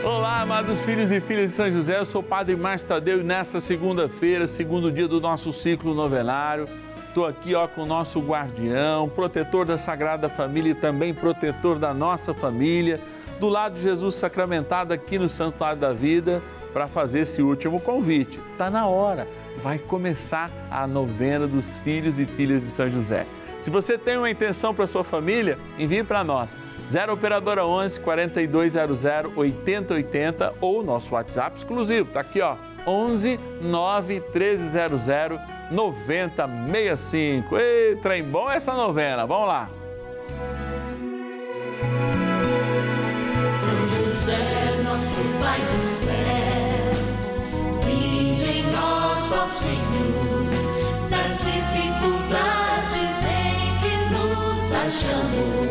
Olá, amados filhos e filhas de São José, eu sou o Padre Márcio Tadeu e nessa segunda-feira, segundo dia do nosso ciclo novenário, estou aqui com o nosso guardião, protetor da Sagrada Família e também protetor da nossa família, do lado de Jesus sacramentado aqui no Santuário da Vida, para fazer esse último convite. Está na hora, vai começar a novena dos filhos e filhas de São José. Se você tem uma intenção para sua família, envie para nós. 0 Operadora 11 4200 8080 ou nosso WhatsApp exclusivo, tá aqui 11 9 1300 9065. Ei, trem bom essa novena, vamos lá. São José, nosso Pai do céu, vinde em nós, ó Senhor, das dificuldades em que nos achamos.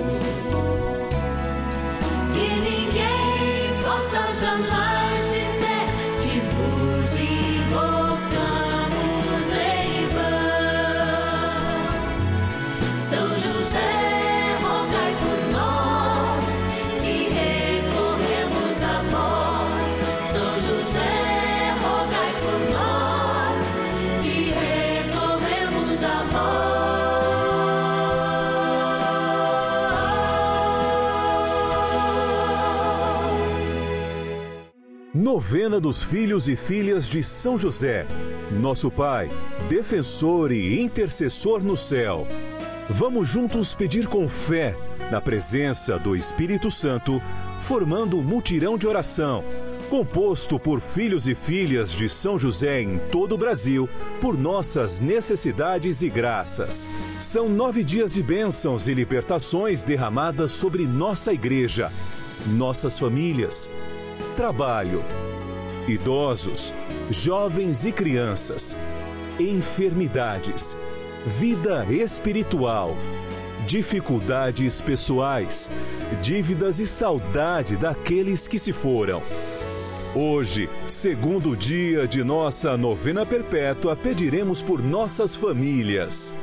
Jamais dizer que vos invocamos em vão. São José, rogai por nós, que recorremos a vós. São José, rogai por nós, que recorremos a Novena dos Filhos e Filhas de São José, nosso Pai, defensor e intercessor no céu. Vamos juntos pedir com fé, na presença do Espírito Santo, formando um mutirão de oração, composto por filhos e filhas de São José em todo o Brasil, por nossas necessidades e graças. São 9 dias de bênçãos e libertações derramadas sobre nossa igreja, nossas famílias, trabalho, idosos, jovens e crianças, enfermidades, vida espiritual, dificuldades pessoais, dívidas e saudade daqueles que se foram. Hoje, segundo dia de nossa novena perpétua, pediremos por nossas famílias.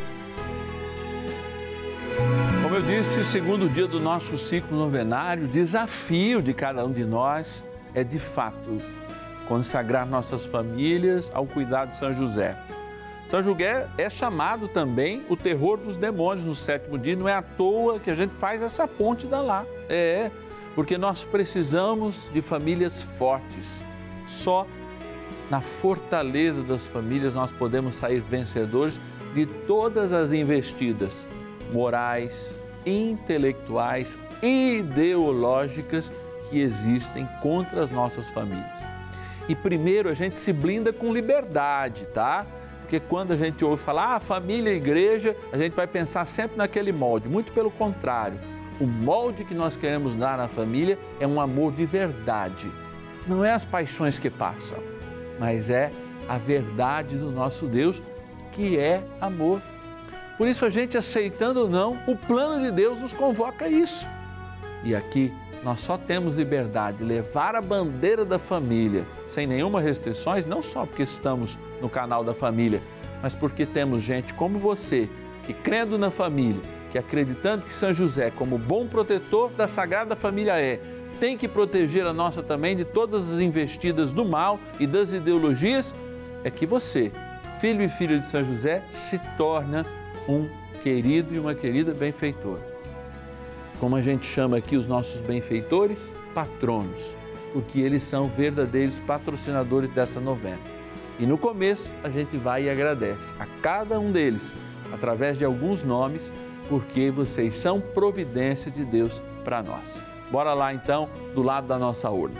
Como eu disse, o segundo dia do nosso ciclo novenário, o desafio de cada um de nós é, de fato, consagrar nossas famílias ao cuidado de São José. São José é chamado também o terror dos demônios no 7º dia, não é à toa que a gente faz essa ponte da lá. Porque nós precisamos de famílias fortes. Só na fortaleza das famílias nós podemos sair vencedores de todas as investidas morais, intelectuais e ideológicas que existem contra as nossas famílias. E primeiro a gente se blinda com liberdade, tá? Porque quando a gente ouve falar família e igreja, a gente vai pensar sempre naquele molde. Muito pelo contrário, o molde que nós queremos dar à família é um amor de verdade. Não é as paixões que passam, mas é a verdade do nosso Deus, que é amor. Por isso a gente, aceitando ou não, o plano de Deus nos convoca a isso. E aqui nós só temos liberdade de levar a bandeira da família sem nenhuma restrições, não só porque estamos no canal da família, mas porque temos gente como você, que crendo na família, que acreditando que São José, como bom protetor da Sagrada Família tem que proteger a nossa também de todas as investidas do mal e das ideologias, é que você, filho e filha de São José, se torna um querido e uma querida benfeitora. Como a gente chama aqui os nossos benfeitores, patronos, porque eles são verdadeiros patrocinadores dessa novena. E no começo a gente vai e agradece a cada um deles, através de alguns nomes, porque vocês são providência de Deus para nós. Bora lá então, do lado da nossa urna.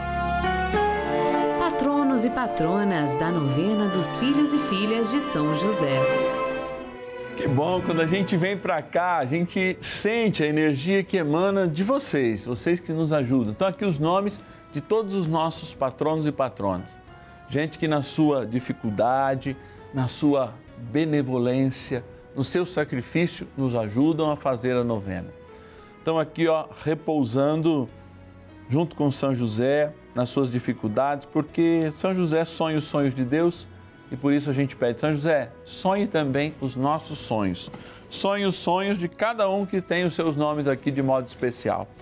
Patronos e patronas da novena dos filhos e filhas de São José. Que bom, quando a gente vem para cá, a gente sente a energia que emana de vocês, vocês que nos ajudam. Então aqui os nomes de todos os nossos patronos e patronas. Gente que na sua dificuldade, na sua benevolência, no seu sacrifício, nos ajudam a fazer a novena. Então aqui, repousando junto com São José nas suas dificuldades, porque São José sonha os sonhos de Deus. E por isso a gente pede, São José, sonhe também os nossos sonhos. Sonhe os sonhos de cada um que tem os seus nomes aqui de modo especial.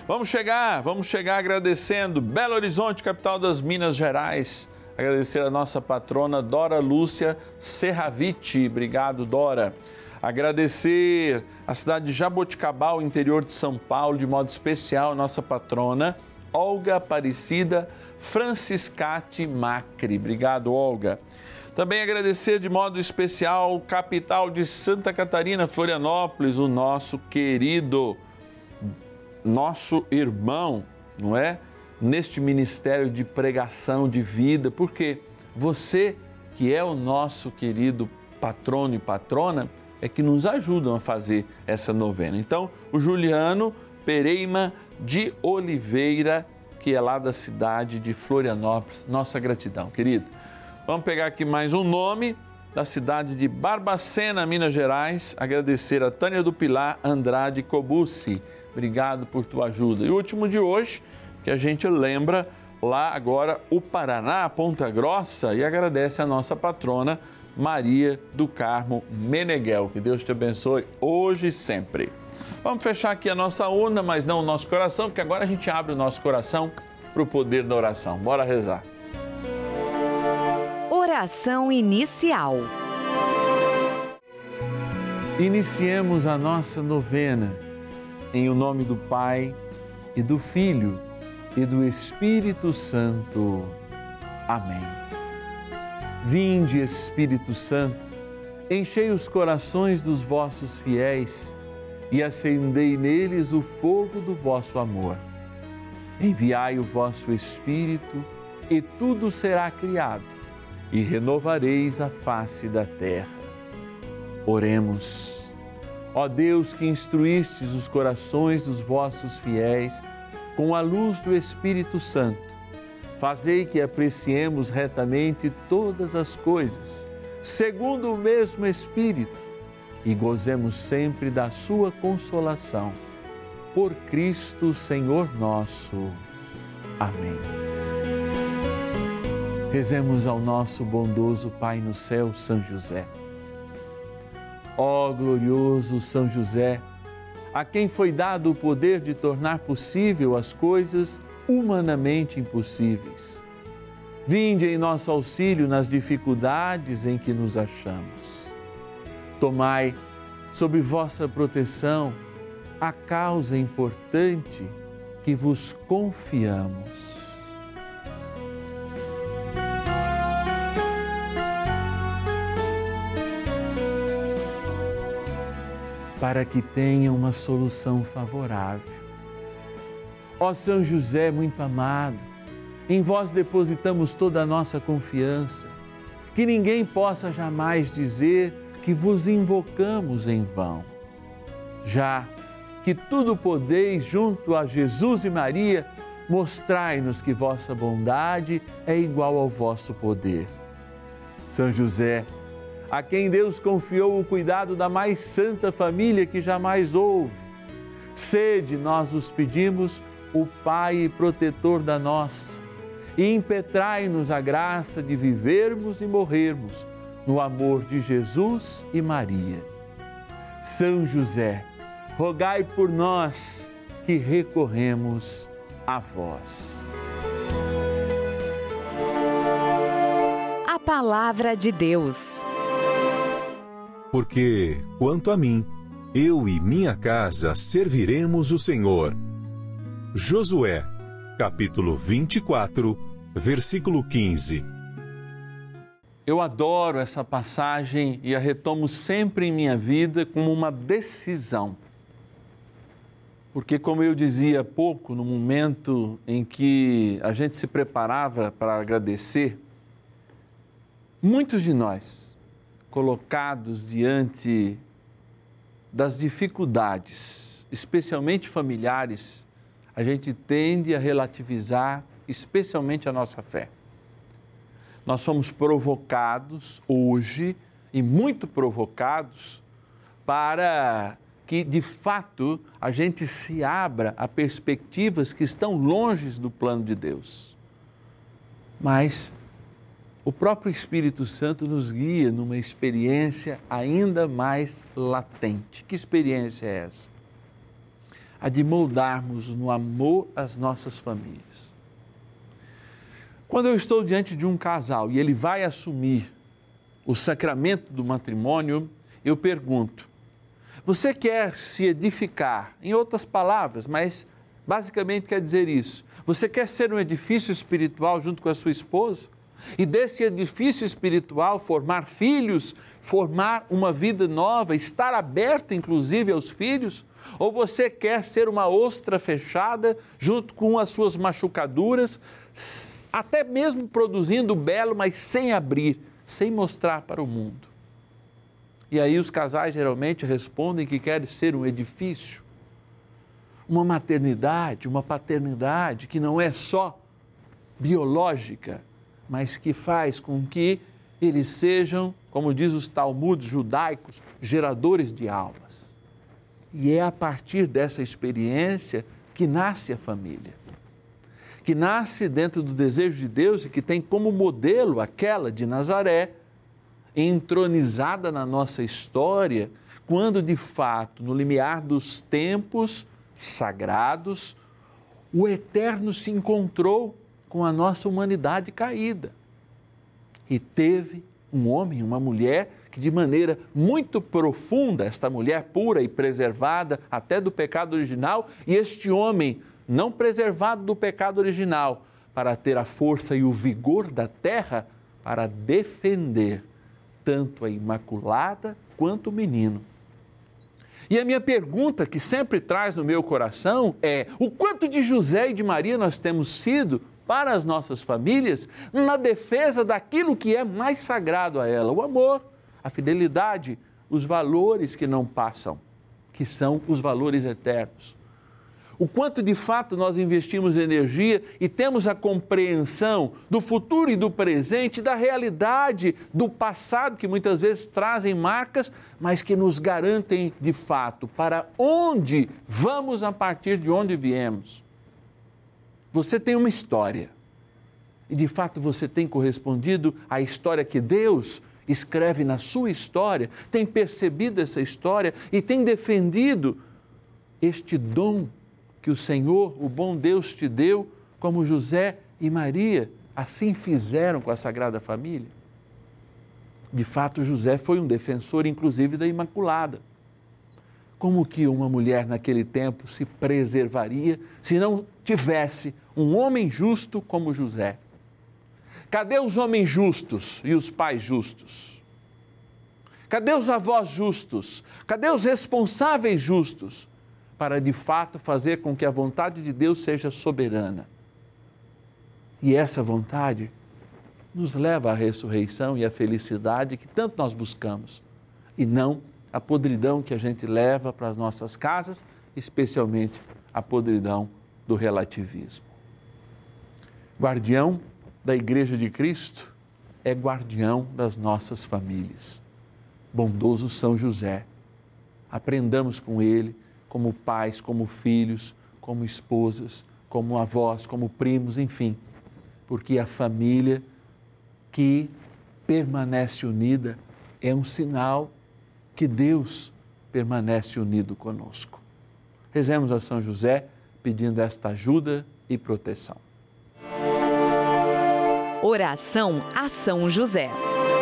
Vamos chegar agradecendo Belo Horizonte, capital das Minas Gerais. Agradecer a nossa patrona Dora Lúcia Serraviti. Obrigado, Dora. Agradecer a cidade de Jaboticabal, interior de São Paulo, de modo especial, nossa patrona Olga Aparecida Franciscati Macri. Obrigado, Olga. Também agradecer de modo especial, capital de Santa Catarina, Florianópolis, o nosso querido, nosso irmão, não é? Neste ministério de pregação de vida, porque você, que é o nosso querido patrono e patrona, é que nos ajudam a fazer essa novena. Então, o Juliano Pereira de Oliveira, que é lá da cidade de Florianópolis, nossa gratidão, querido. Vamos pegar aqui mais um nome da cidade de Barbacena, Minas Gerais. Agradecer a Tânia do Pilar Andrade Cobucci. Obrigado por tua ajuda. E o último de hoje, que a gente lembra lá agora o Paraná, Ponta Grossa, e agradece a nossa patrona Maria do Carmo Meneghel. Que Deus te abençoe hoje e sempre. Vamos fechar aqui a nossa urna, mas não o nosso coração, porque agora a gente abre o nosso coração para o poder da oração. Bora rezar. Oração inicial. Iniciemos a nossa novena em o nome do Pai e do Filho e do Espírito Santo. Amém. Vinde, Espírito Santo, enchei os corações dos vossos fiéis e acendei neles o fogo do vosso amor. Enviai o vosso Espírito e tudo será criado e renovareis a face da terra. Oremos. Ó Deus, que instruístes os corações dos vossos fiéis com a luz do Espírito Santo, fazei que apreciemos retamente todas as coisas, segundo o mesmo Espírito, e gozemos sempre da sua consolação. Por Cristo, Senhor nosso. Amém. Rezemos ao nosso bondoso Pai no céu, São José. Ó glorioso São José, a quem foi dado o poder de tornar possível as coisas humanamente impossíveis. Vinde em nosso auxílio nas dificuldades em que nos achamos. Tomai sob vossa proteção a causa importante que vos confiamos. Para que tenha uma solução favorável. Ó São José muito amado, em vós depositamos toda a nossa confiança, que ninguém possa jamais dizer que vos invocamos em vão. Já que tudo podeis junto a Jesus e Maria, mostrai-nos que vossa bondade é igual ao vosso poder. São José, a quem Deus confiou o cuidado da mais santa família que jamais houve, sede, nós os pedimos, o Pai e protetor da nossa, e impetrai-nos a graça de vivermos e morrermos no amor de Jesus e Maria. São José, rogai por nós que recorremos a vós. A Palavra de Deus. Porque, quanto a mim, eu e minha casa serviremos o Senhor. Josué, capítulo 24, versículo 15. Eu adoro essa passagem e a retomo sempre em minha vida como uma decisão. Porque, como eu dizia há pouco, no momento em que a gente se preparava para agradecer, muitos de nós, colocados diante das dificuldades, especialmente familiares, a gente tende a relativizar especialmente a nossa fé. Nós somos provocados hoje, e muito provocados, para que, de fato, a gente se abra a perspectivas que estão longe do plano de Deus. Mas o próprio Espírito Santo nos guia numa experiência ainda mais latente. Que experiência é essa? a de moldarmos no amor as nossas famílias. Quando eu estou diante de um casal e ele vai assumir o sacramento do matrimônio, eu pergunto: você quer se edificar? Em outras palavras, mas basicamente quer dizer isso. Você quer ser um edifício espiritual junto com a sua esposa? E desse edifício espiritual formar filhos, formar uma vida nova, estar aberto inclusive aos filhos? Ou você quer ser uma ostra fechada junto com as suas machucaduras, até mesmo produzindo belo, mas sem abrir, sem mostrar para o mundo? E aí os casais geralmente respondem que querem ser um edifício, uma maternidade, uma paternidade que não é só biológica, mas que faz com que eles sejam, como diz os talmudes judaicos, geradores de almas. E é a partir dessa experiência que nasce a família, que nasce dentro do desejo de Deus e que tem como modelo aquela de Nazaré, entronizada na nossa história, quando de fato, no limiar dos tempos sagrados, o Eterno se encontrou com a nossa humanidade caída. E teve um homem e uma mulher que de maneira muito profunda, esta mulher pura e preservada até do pecado original, e este homem não preservado do pecado original, para ter a força e o vigor da terra para defender tanto a Imaculada quanto o menino. E a minha pergunta, que sempre traz no meu coração, é: o quanto de José e de Maria nós temos sido para as nossas famílias na defesa daquilo que é mais sagrado a ela, o amor, a fidelidade, os valores que não passam, que são os valores eternos. O quanto de fato nós investimos energia e temos a compreensão do futuro e do presente, da realidade do passado, que muitas vezes trazem marcas, mas que nos garantem de fato para onde vamos a partir de onde viemos. Você tem uma história e de fato você tem correspondido à história que Deus escreve na sua história, tem percebido essa história e tem defendido este dom que o Senhor, o bom Deus, te deu, como José e Maria assim fizeram com a Sagrada Família. De fato, José foi um defensor, inclusive, da Imaculada. Como que uma mulher naquele tempo se preservaria se não tivesse um homem justo como José? Cadê os homens justos e os pais justos? Cadê os avós justos? Cadê os responsáveis justos? Para de fato fazer com que a vontade de Deus seja soberana. E essa vontade nos leva à ressurreição e à felicidade que tanto nós buscamos, e não a podridão que a gente leva para as nossas casas, especialmente a podridão do relativismo. Guardião da Igreja de Cristo é guardião das nossas famílias. Bondoso São José, aprendamos com ele como pais, como filhos, como esposas, como avós, como primos, enfim, porque a família que permanece unida é um sinal que Deus permanece unido conosco. Rezemos a São José pedindo esta ajuda e proteção. Oração a São José.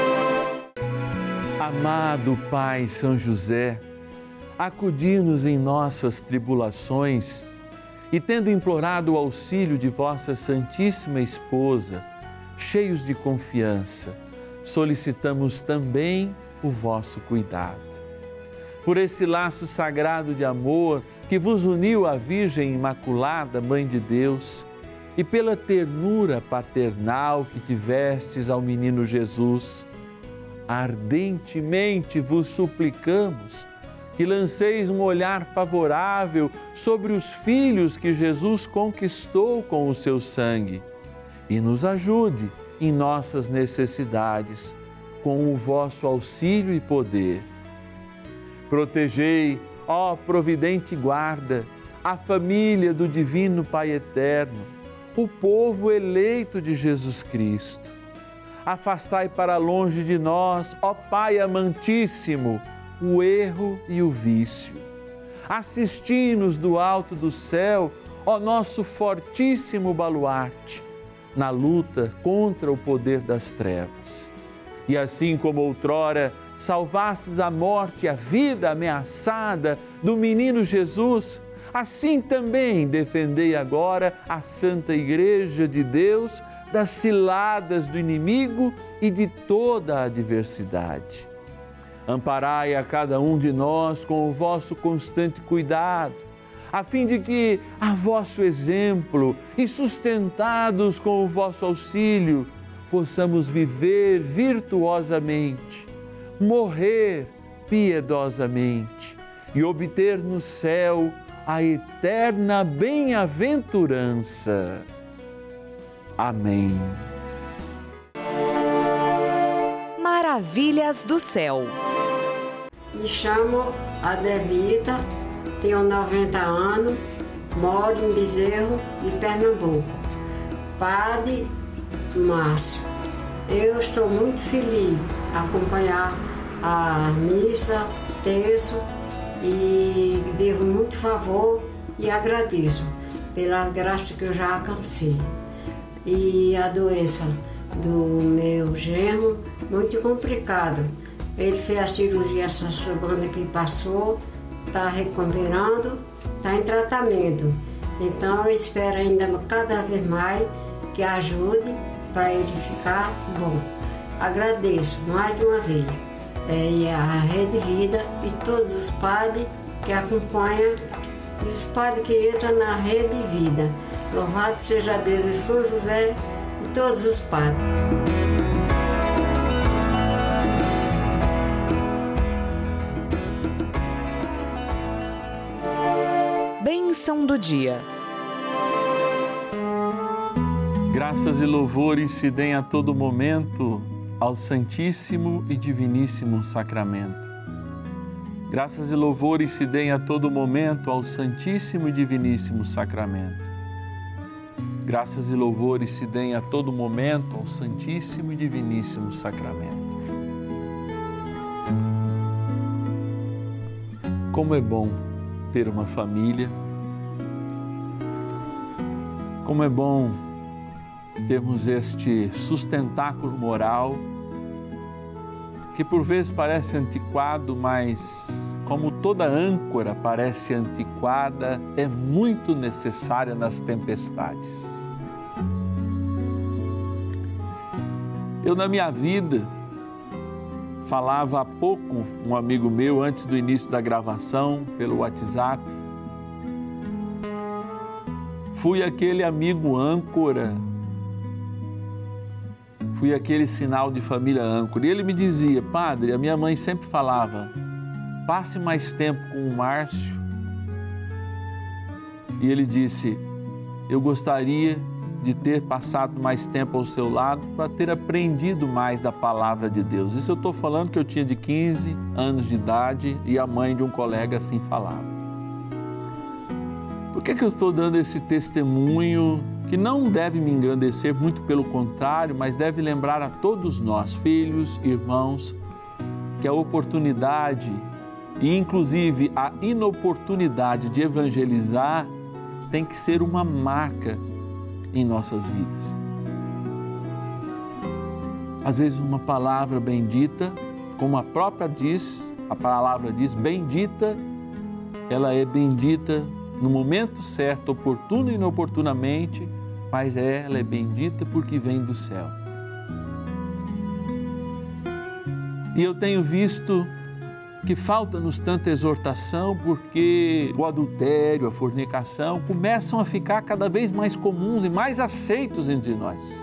Amado Pai São José, acudi-nos em nossas tribulações e, tendo implorado o auxílio de vossa Santíssima Esposa, cheios de confiança, solicitamos também o vosso cuidado. Por esse laço sagrado de amor que vos uniu à Virgem Imaculada, Mãe de Deus, e pela ternura paternal que tivestes ao menino Jesus, ardentemente vos suplicamos que lanceis um olhar favorável sobre os filhos que Jesus conquistou com o seu sangue e nos ajude em nossas necessidades com o vosso auxílio e poder. Protegei, ó providente guarda, a família do Divino Pai Eterno, o povo eleito de Jesus Cristo. Afastai para longe de nós, ó Pai amantíssimo, o erro e o vício. assisti-nos do alto do céu, ó nosso fortíssimo baluarte, na luta contra o poder das trevas. E assim como outrora salvastes da morte a vida ameaçada do menino Jesus, assim também defendei agora a Santa Igreja de Deus das ciladas do inimigo e de toda a adversidade. Amparai a cada um de nós com o vosso constante cuidado, a fim de que, a vosso exemplo e sustentados com o vosso auxílio, possamos viver virtuosamente, morrer piedosamente e obter no céu a eterna bem-aventurança. Amém. Maravilhas do céu. Me chamo Adevita, tenho 90 anos, moro em Bezerro de Pernambuco. Padre Márcio, eu estou muito feliz de acompanhar a missa, terço, e devo muito favor e agradeço pela graça que eu já alcancei. E a doença do meu genro, muito complicado. Ele fez a cirurgia essa semana que passou, está recuperando, está em tratamento. Então eu espero ainda cada vez mais que ajude para ele ficar bom. Agradeço mais de uma vez. E a Rede Vida e todos os padres que acompanham e os padres que entram na Rede Vida. Louvado seja Deus e São José e todos os padres. Bênção do dia. Graças e louvores se deem a todo momento ao Santíssimo e Diviníssimo Sacramento. Graças e louvores se deem a todo momento ao Santíssimo e Diviníssimo Sacramento. Graças e louvores se deem a todo momento ao Santíssimo e Diviníssimo Sacramento. Como é bom ter uma família. Como é bom termos este sustentáculo moral que por vezes parece antiquado, mas como toda âncora parece antiquada, é muito necessária nas tempestades. Eu, na minha vida, falava há pouco um amigo meu, antes do início da gravação, pelo WhatsApp. Fui aquele amigo âncora, fui aquele sinal de família âncora. E ele me dizia: padre, a minha mãe sempre falava, passe mais tempo com o Márcio. E ele disse: eu gostaria de ter passado mais tempo ao seu lado para ter aprendido mais da palavra de Deus. Isso eu estou falando que eu tinha de 15 anos de idade e a mãe de um colega assim falava. Por que eu estou dando esse testemunho que não deve me engrandecer, muito pelo contrário, mas deve lembrar a todos nós, filhos, irmãos, que a oportunidade e inclusive a inoportunidade de evangelizar tem que ser uma marca em nossas vidas. Às vezes uma palavra bendita, como a palavra diz, bendita, ela é bendita no momento certo, oportuno e inoportunamente, mas ela é bendita porque vem do céu. E eu tenho visto que falta-nos tanta exortação porque o adultério, a fornicação começam a ficar cada vez mais comuns e mais aceitos entre nós.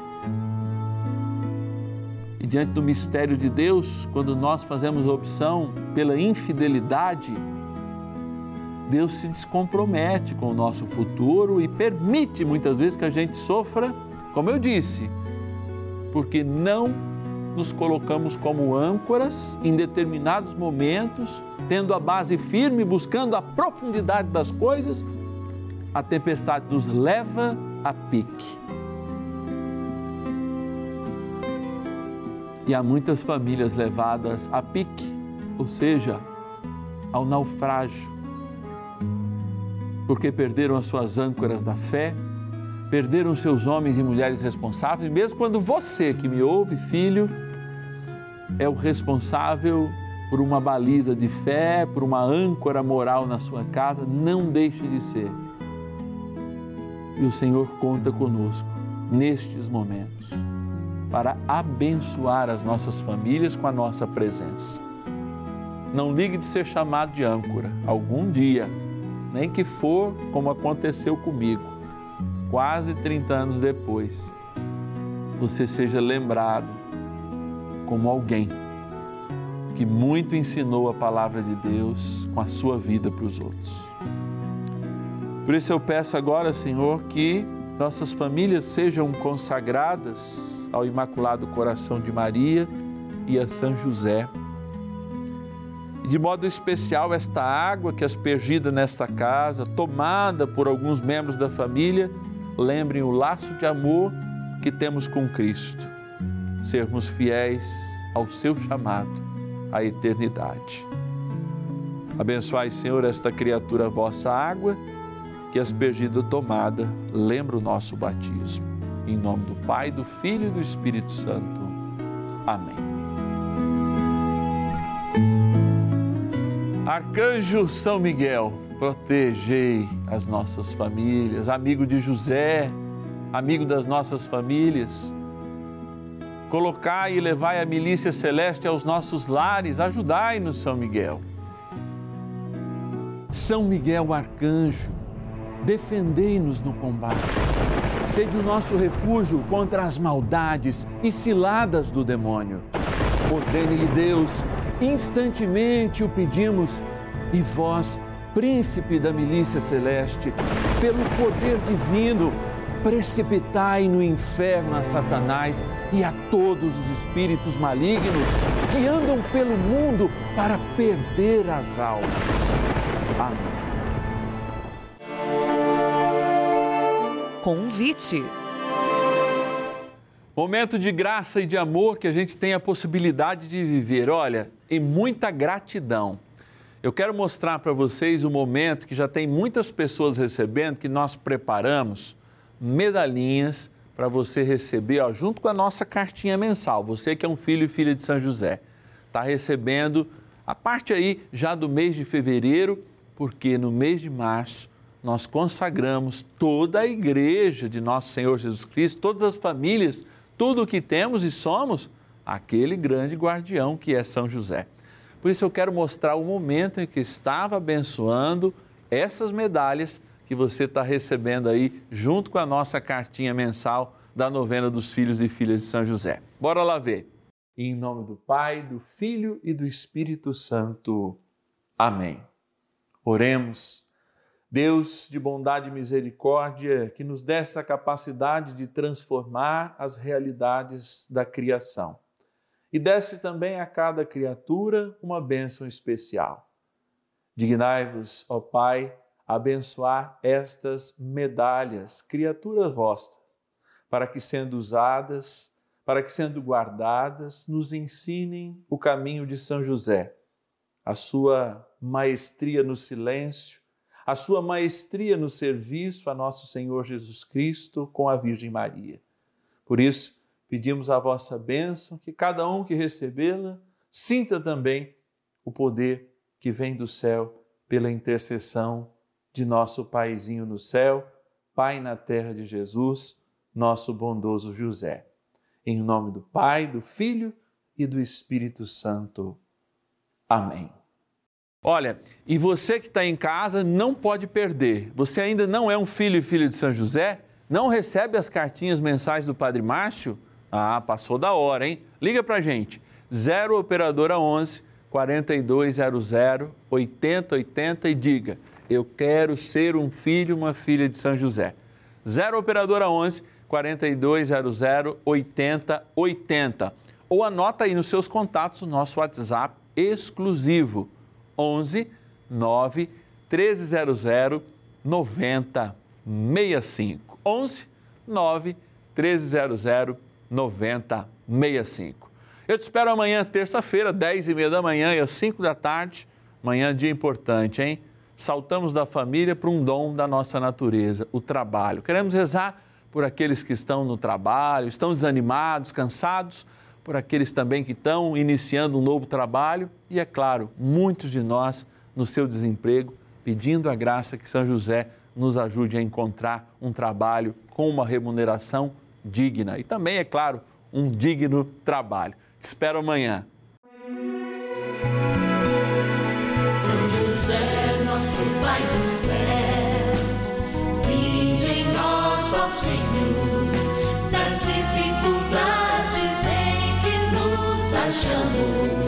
E diante do mistério de Deus, quando nós fazemos a opção pela infidelidade, Deus se descompromete com o nosso futuro e permite muitas vezes que a gente sofra, como eu disse, porque não nos colocamos como âncoras em determinados momentos, tendo a base firme, buscando a profundidade das coisas, a tempestade nos leva a pique. E há muitas famílias levadas a pique, ou seja, ao naufrágio, porque perderam as suas âncoras da fé, perderam seus homens e mulheres responsáveis, mesmo quando você que me ouve, filho, é o responsável por uma baliza de fé, por uma âncora moral na sua casa, não deixe de ser. E o Senhor conta conosco nestes momentos para abençoar as nossas famílias com a nossa presença. Não ligue de ser chamado de âncora algum dia, nem que for como aconteceu comigo, quase 30 anos depois, você seja lembrado como alguém que muito ensinou a palavra de Deus com a sua vida para os outros. Por isso eu peço agora, Senhor, que nossas famílias sejam consagradas ao Imaculado Coração de Maria e a São José. E de modo especial, esta água que é aspergida nesta casa, tomada por alguns membros da família, lembrem o laço de amor que temos com Cristo. Sermos fiéis ao seu chamado, à eternidade. Abençoai, Senhor, esta criatura vossa água, que aspergida tomada, lembra o nosso batismo. Em nome do Pai, do Filho e do Espírito Santo. Amém. Arcanjo São Miguel, protegei as nossas famílias, amigo de José, amigo das nossas famílias. Colocai e levai a milícia celeste aos nossos lares, ajudai-nos, São Miguel. São Miguel, arcanjo, defendei-nos no combate. Sede o nosso refúgio contra as maldades e ciladas do demônio. Ordene-lhe Deus, instantemente o pedimos, e vós, príncipe da milícia celeste, pelo poder divino, precipitai no inferno a Satanás e a todos os espíritos malignos que andam pelo mundo para perder as almas. Amém. Convite. Momento de graça e de amor que a gente tem a possibilidade de viver. Olha, em muita gratidão. Eu quero mostrar para vocês o momento que já tem muitas pessoas recebendo, que nós preparamos medalhinhas para você receber, ó, junto com a nossa cartinha mensal. Você que é um filho e filha de São José, está recebendo a parte aí já do mês de fevereiro, porque no mês de março nós consagramos toda a igreja de nosso Senhor Jesus Cristo, todas as famílias, tudo o que temos e somos, aquele grande guardião que é São José. Por isso eu quero mostrar o momento em que estava abençoando essas medalhas que você está recebendo aí, junto com a nossa cartinha mensal da novena dos filhos e filhas de São José. Bora lá ver. Em nome do Pai, do Filho e do Espírito Santo. Amém. Oremos. Deus de bondade e misericórdia, que nos dê essa capacidade de transformar as realidades da criação. E desse também a cada criatura uma bênção especial. Dignai-vos, ó Pai, abençoar estas medalhas, criaturas vossas, para que sendo usadas, para que sendo guardadas, nos ensinem o caminho de São José, a sua maestria no silêncio, a sua maestria no serviço a nosso Senhor Jesus Cristo com a Virgem Maria. Por isso, pedimos a vossa bênção, que cada um que recebê-la sinta também o poder que vem do céu pela intercessão de nosso Paizinho no céu, Pai na terra de Jesus, nosso bondoso José. Em nome do Pai, do Filho e do Espírito Santo. Amém. Olha, e você que está em casa não pode perder. Você ainda não é um filho e filha de São José? Não recebe as cartinhas mensais do Padre Márcio? Ah, passou da hora, hein? Liga pra gente. 0 Operadora 11 4200 8080 e diga: eu quero ser um filho, uma filha de São José. 0 Operadora 11 4200 8080. Ou anota aí nos seus contatos o nosso WhatsApp exclusivo. 11 9 1300 9065. 11 9 1300 9065. Eu te espero amanhã, terça-feira, 10h30 da manhã e às 5 da tarde. Amanhã, dia importante, hein? saltamos da família para um dom da nossa natureza, o trabalho. Queremos rezar por aqueles que estão no trabalho, estão desanimados, cansados, por aqueles também que estão iniciando um novo trabalho e, é claro, muitos de nós no seu desemprego, pedindo a graça que São José nos ajude a encontrar um trabalho com uma remuneração digna e também, é claro, um digno trabalho. Te espero amanhã. São José, nosso Pai do céu, vinde em nós, ó Senhor, nas dificuldades em que nos achamos.